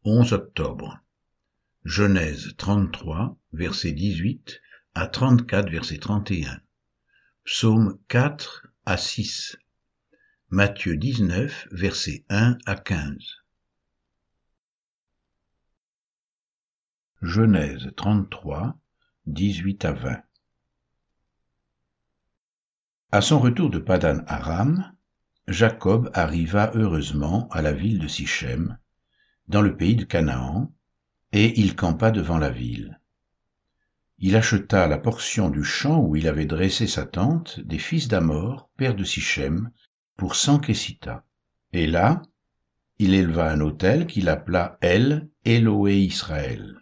11 octobre. Genèse 33, verset 18 à 34, verset 31. Psaume 4 à 6. Matthieu 19, verset 1 à 15. Genèse 33, 18 à 20. À son retour de Paddan Aram, Jacob arriva heureusement à la ville de Sichem, dans le pays de Canaan, et il campa devant la ville. Il acheta la portion du champ où il avait dressé sa tente des fils d'Hamor, père de Sichem, pour 100 kessitas. Et là, il éleva un autel qu'il appela El Éloé Israël.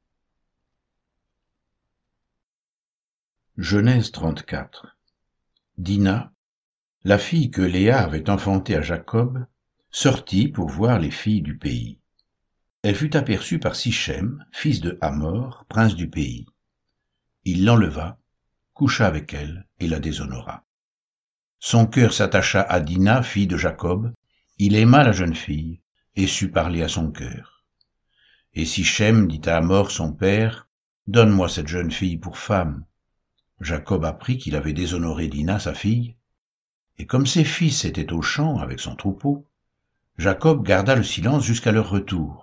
Genèse 34. Dina, la fille que Léa avait enfantée à Jacob, sortit pour voir les filles du pays. Elle fut aperçue par Sichem, fils de Hamor, prince du pays. Il l'enleva, coucha avec elle et la déshonora. Son cœur s'attacha à Dina, fille de Jacob. Il aima la jeune fille et sut parler à son cœur. Et Sichem dit à Hamor son père, « Donne-moi cette jeune fille pour femme. » Jacob apprit qu'il avait déshonoré Dina, sa fille, et comme ses fils étaient au champ avec son troupeau, Jacob garda le silence jusqu'à leur retour.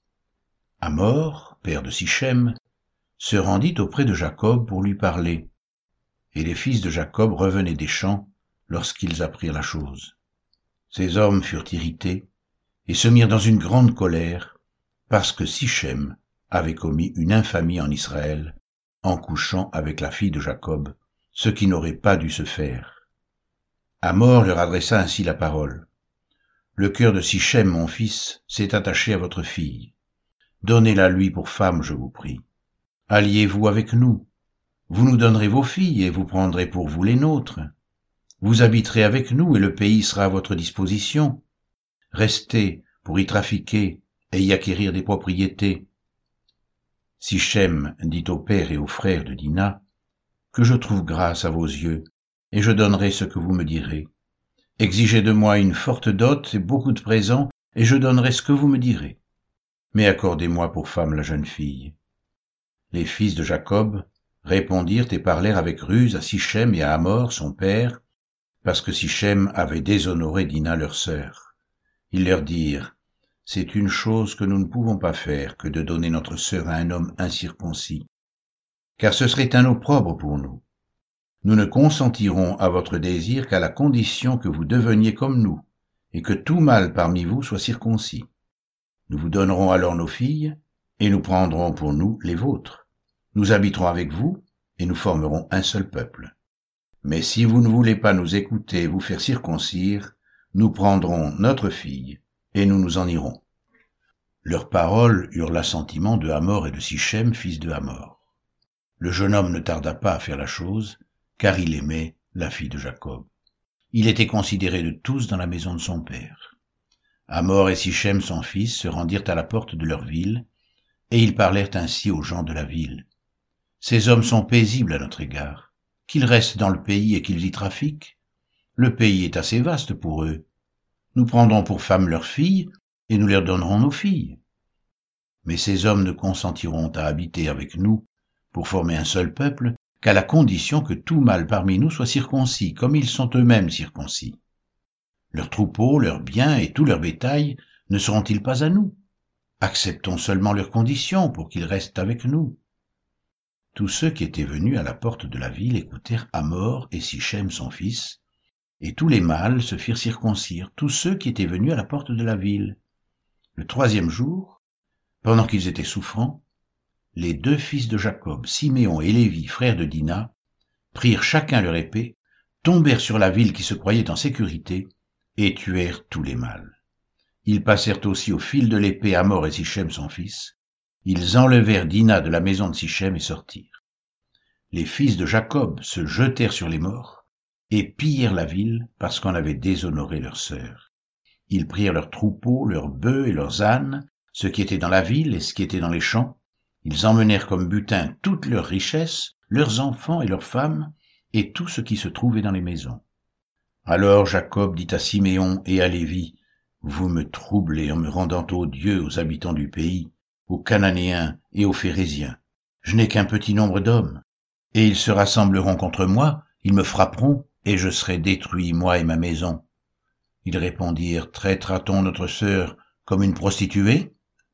Hamor, père de Sichem, se rendit auprès de Jacob pour lui parler, et les fils de Jacob revenaient des champs lorsqu'ils apprirent la chose. Ces hommes furent irrités et se mirent dans une grande colère, parce que Sichem avait commis une infamie en Israël en couchant avec la fille de Jacob, ce qui n'aurait pas dû se faire. Hamor leur adressa ainsi la parole. « Le cœur de Sichem, mon fils, s'est attaché à votre fille. Donnez-la lui pour femme, je vous prie. Alliez-vous avec nous. Vous nous donnerez vos filles et vous prendrez pour vous les nôtres. Vous habiterez avec nous et le pays sera à votre disposition. Restez pour y trafiquer et y acquérir des propriétés. » Sichem dit au père et aux frères de Dina, « Que je trouve grâce à vos yeux, et je donnerai ce que vous me direz. Exigez de moi une forte dot et beaucoup de présents, et je donnerai ce que vous me direz. Mais accordez-moi pour femme la jeune fille. » Les fils de Jacob répondirent et parlèrent avec ruse à Sichem et à Hamor, son père, parce que Sichem avait déshonoré Dina, leur sœur. Ils leur dirent, « C'est une chose que nous ne pouvons pas faire que de donner notre sœur à un homme incirconcis, car ce serait un opprobre pour nous. Nous ne consentirons à votre désir qu'à la condition que vous deveniez comme nous, et que tout mâle parmi vous soit circoncis. Nous vous donnerons alors nos filles, et nous prendrons pour nous les vôtres. Nous habiterons avec vous, et nous formerons un seul peuple. Mais si vous ne voulez pas nous écouter et vous faire circoncire, nous prendrons notre fille, et nous nous en irons. » Leurs paroles eurent l'assentiment de Hamor et de Sichem, fils de Hamor. Le jeune homme ne tarda pas à faire la chose, car il aimait la fille de Jacob. Il était considéré de tous dans la maison de son père. Hamor et Sichem, son fils, se rendirent à la porte de leur ville, et ils parlèrent ainsi aux gens de la ville. « Ces hommes sont paisibles à notre égard, qu'ils restent dans le pays et qu'ils y trafiquent. Le pays est assez vaste pour eux. Nous prendrons pour femmes leurs filles, et nous leur donnerons nos filles. Mais ces hommes ne consentiront à habiter avec nous pour former un seul peuple qu'à la condition que tout mâle parmi nous soit circoncis, comme ils sont eux-mêmes circoncis. Leurs troupeaux, leurs biens et tout leur bétail ne seront-ils pas à nous? Acceptons seulement leurs conditions pour qu'ils restent avec nous. » Tous ceux qui étaient venus à la porte de la ville écoutèrent Hamor et Sichem son fils, et tous les mâles se firent circoncire, tous ceux qui étaient venus à la porte de la ville. Le 3e jour, pendant qu'ils étaient souffrants, les 2 fils de Jacob, Siméon et Lévi, frères de Dina, prirent chacun leur épée, tombèrent sur la ville qui se croyait en sécurité, et tuèrent tous les mâles. Ils passèrent aussi au fil de l'épée Hamor et Sichem son fils. Ils enlevèrent Dina de la maison de Sichem et sortirent. Les fils de Jacob se jetèrent sur les morts et pillèrent la ville parce qu'on avait déshonoré leur sœur. Ils prirent leurs troupeaux, leurs bœufs et leurs ânes, ce qui était dans la ville et ce qui était dans les champs. Ils emmenèrent comme butin toutes leurs richesses, leurs enfants et leurs femmes, et tout ce qui se trouvait dans les maisons. Alors Jacob dit à Siméon et à Lévi, « Vous me troublez en me rendant odieux aux habitants du pays, aux Cananéens et aux Phéréziens. Je n'ai qu'un petit nombre d'hommes, et ils se rassembleront contre moi, ils me frapperont, et je serai détruit, moi et ma maison. Ils répondirent, traitera-t-on notre sœur comme une prostituée?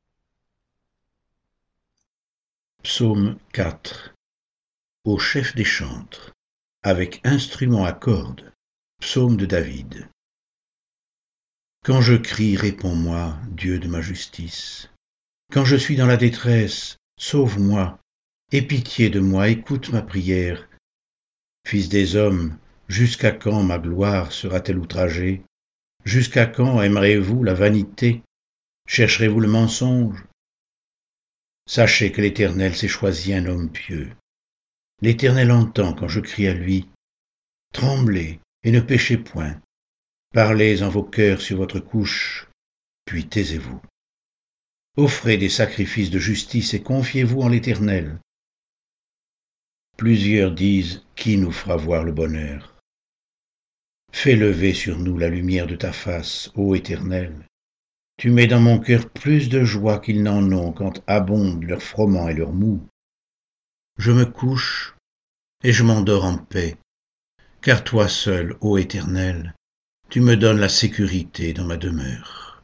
Psaume 4. Au chef des chantres, avec instrument à cordes, psaume de David. Quand je crie, réponds-moi, Dieu de ma justice. Quand je suis dans la détresse, sauve-moi. Aie pitié de moi, écoute ma prière. Fils des hommes, jusqu'à quand ma gloire sera-t-elle outragée? Jusqu'à quand aimerez-vous la vanité? Chercherez-vous le mensonge? Sachez que l'Éternel s'est choisi un homme pieux. L'Éternel entend quand je crie à lui. Tremblez et ne péchez point. Parlez en vos cœurs sur votre couche, puis taisez-vous. Offrez des sacrifices de justice et confiez-vous en l'Éternel. Plusieurs disent, qui nous fera voir le bonheur? Fais lever sur nous la lumière de ta face, ô Éternel. Tu mets dans mon cœur plus de joie qu'ils n'en ont quand abondent leur froment et leur moût. Je me couche et je m'endors en paix, car toi seul, ô Éternel, tu me donnes la sécurité dans ma demeure.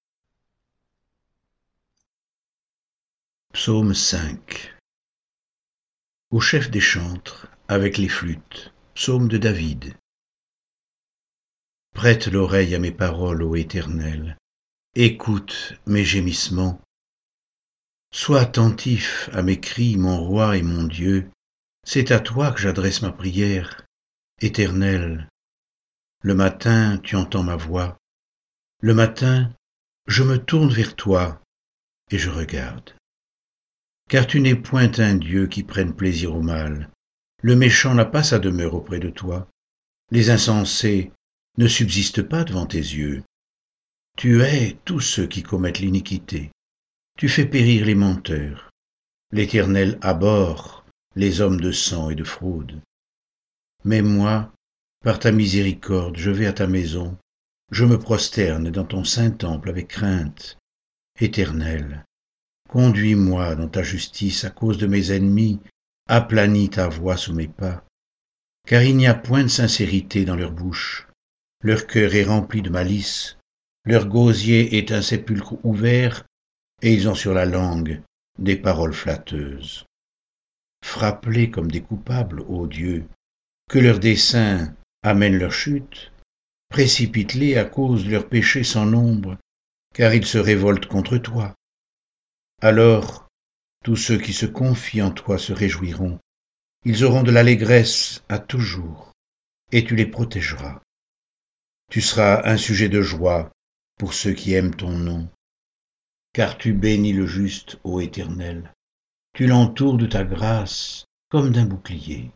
Psaume 5. Au chef des chantres, avec les flûtes, psaume de David. Prête l'oreille à mes paroles, ô Éternel, écoute mes gémissements. Sois attentif à mes cris, mon roi et mon Dieu, c'est à toi que j'adresse ma prière. Éternel, le matin tu entends ma voix, le matin je me tourne vers toi et je regarde. Car tu n'es point un Dieu qui prenne plaisir au mal, le méchant n'a pas sa demeure auprès de toi, les insensés ne subsistent pas devant tes yeux. Tu hais tous ceux qui commettent l'iniquité, tu fais périr les menteurs. L'Éternel abhorre les hommes de sang et de fraude. Mais moi, par ta miséricorde, je vais à ta maison, je me prosterne dans ton saint temple avec crainte. Éternel, conduis-moi dans ta justice à cause de mes ennemis, aplanis ta voix sous mes pas. Car il n'y a point de sincérité dans leur bouche, leur cœur est rempli de malice, leur gosier est un sépulcre ouvert, et ils ont sur la langue des paroles flatteuses. Frappe-les comme des coupables, ô Dieu, que leurs desseins amènent leur chute, précipite-les à cause de leurs péchés sans nombre, car ils se révoltent contre toi. Alors, tous ceux qui se confient en toi se réjouiront, ils auront de l'allégresse à toujours, et tu les protégeras. Tu seras un sujet de joie pour ceux qui aiment ton nom, car tu bénis le juste, ô Éternel, tu l'entoures de ta grâce comme d'un bouclier.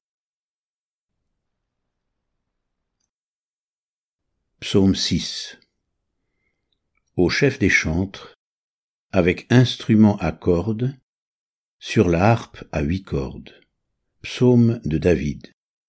Psaume 6. Au chef des chantres, avec instrument à cordes, sur la harpe à 8 cordes. Psaume de David.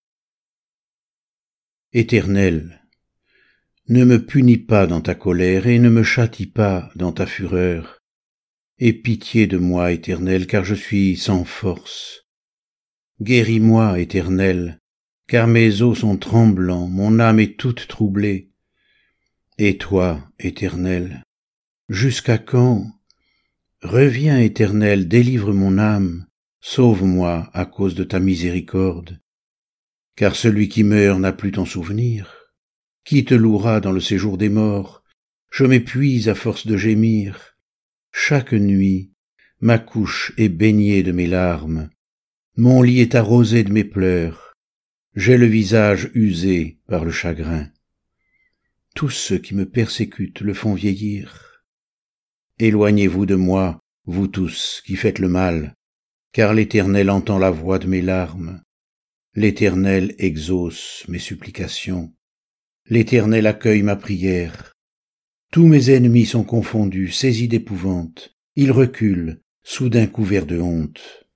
Éternel, ne me punis pas dans ta colère et ne me châtie pas dans ta fureur. Aie pitié de moi, Éternel, car je suis sans force. Guéris-moi, Éternel, car mes os sont tremblants, mon âme est toute troublée. Et toi, Éternel, jusqu'à quand? Reviens, Éternel, délivre mon âme, sauve-moi à cause de ta miséricorde. Car celui qui meurt n'a plus ton souvenir. Qui te louera dans le séjour des morts? Je m'épuise à force de gémir. Chaque nuit, ma couche est baignée de mes larmes. Mon lit est arrosé de mes pleurs. J'ai le visage usé par le chagrin. Tous ceux qui me persécutent le font vieillir. Éloignez-vous de moi, vous tous qui faites le mal, car l'Éternel entend la voix de mes larmes. L'Éternel exauce mes supplications. L'Éternel accueille ma prière. Tous mes ennemis sont confondus, saisis d'épouvante. Ils reculent, soudain couverts de honte.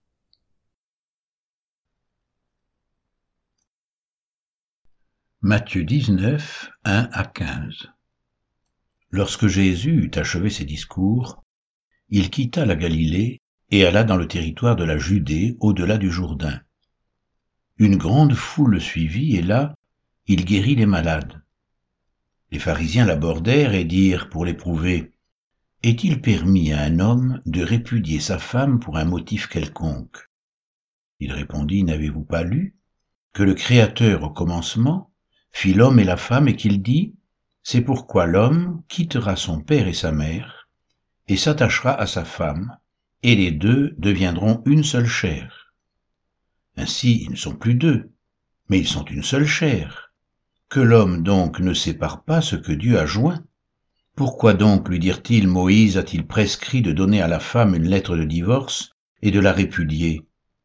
Matthieu 19, 1 à 15. Lorsque Jésus eut achevé ses discours, il quitta la Galilée et alla dans le territoire de la Judée au-delà du Jourdain. Une grande foule le suivit et là, il guérit les malades. Les pharisiens l'abordèrent et dirent pour l'éprouver, « Est-il permis à un homme de répudier sa femme pour un motif quelconque ?» Il répondit, « N'avez-vous pas lu que le Créateur au commencement fit l'homme et la femme et qu'il dit, « C'est pourquoi l'homme quittera son père et sa mère et s'attachera à sa femme, et les deux deviendront une seule chair. Ainsi, ils ne sont plus deux, mais ils sont une seule chair. Que l'homme donc ne sépare pas ce que Dieu a joint. Pourquoi donc, lui dirent-ils, Moïse a-t-il prescrit de donner à la femme une lettre de divorce et de la répudier?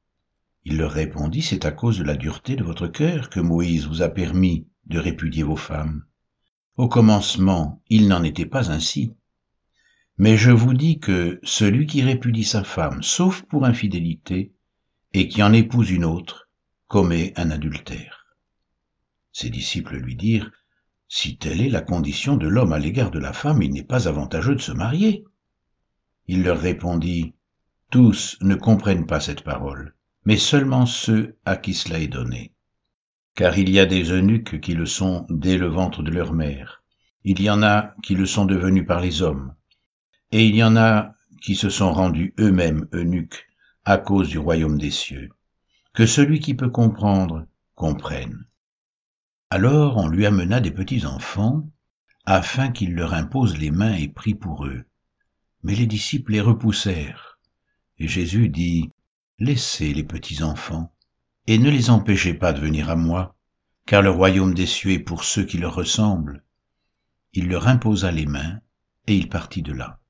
Il leur répondit, c'est à cause de la dureté de votre cœur que Moïse vous a permis de répudier vos femmes. Au commencement, il n'en était pas ainsi. Mais je vous dis que celui qui répudie sa femme, sauf pour infidélité, et qui en épouse une autre, commet un adultère. Ses disciples lui dirent, si telle est la condition de l'homme à l'égard de la femme, il n'est pas avantageux de se marier. Il leur répondit, tous ne comprennent pas cette parole, mais seulement ceux à qui cela est donné. Car il y a des eunuques qui le sont dès le ventre de leur mère. Il y en a qui le sont devenus par les hommes. Et il y en a qui se sont rendus eux-mêmes eunuques à cause du royaume des cieux. Que celui qui peut comprendre, comprenne. Alors on lui amena des petits enfants, afin qu'il leur impose les mains et prie pour eux. Mais les disciples les repoussèrent. Et Jésus dit, laissez les petits enfants, et ne les empêchez pas de venir à moi, car le royaume des cieux est pour ceux qui leur ressemblent. Il leur imposa les mains, et il partit de là.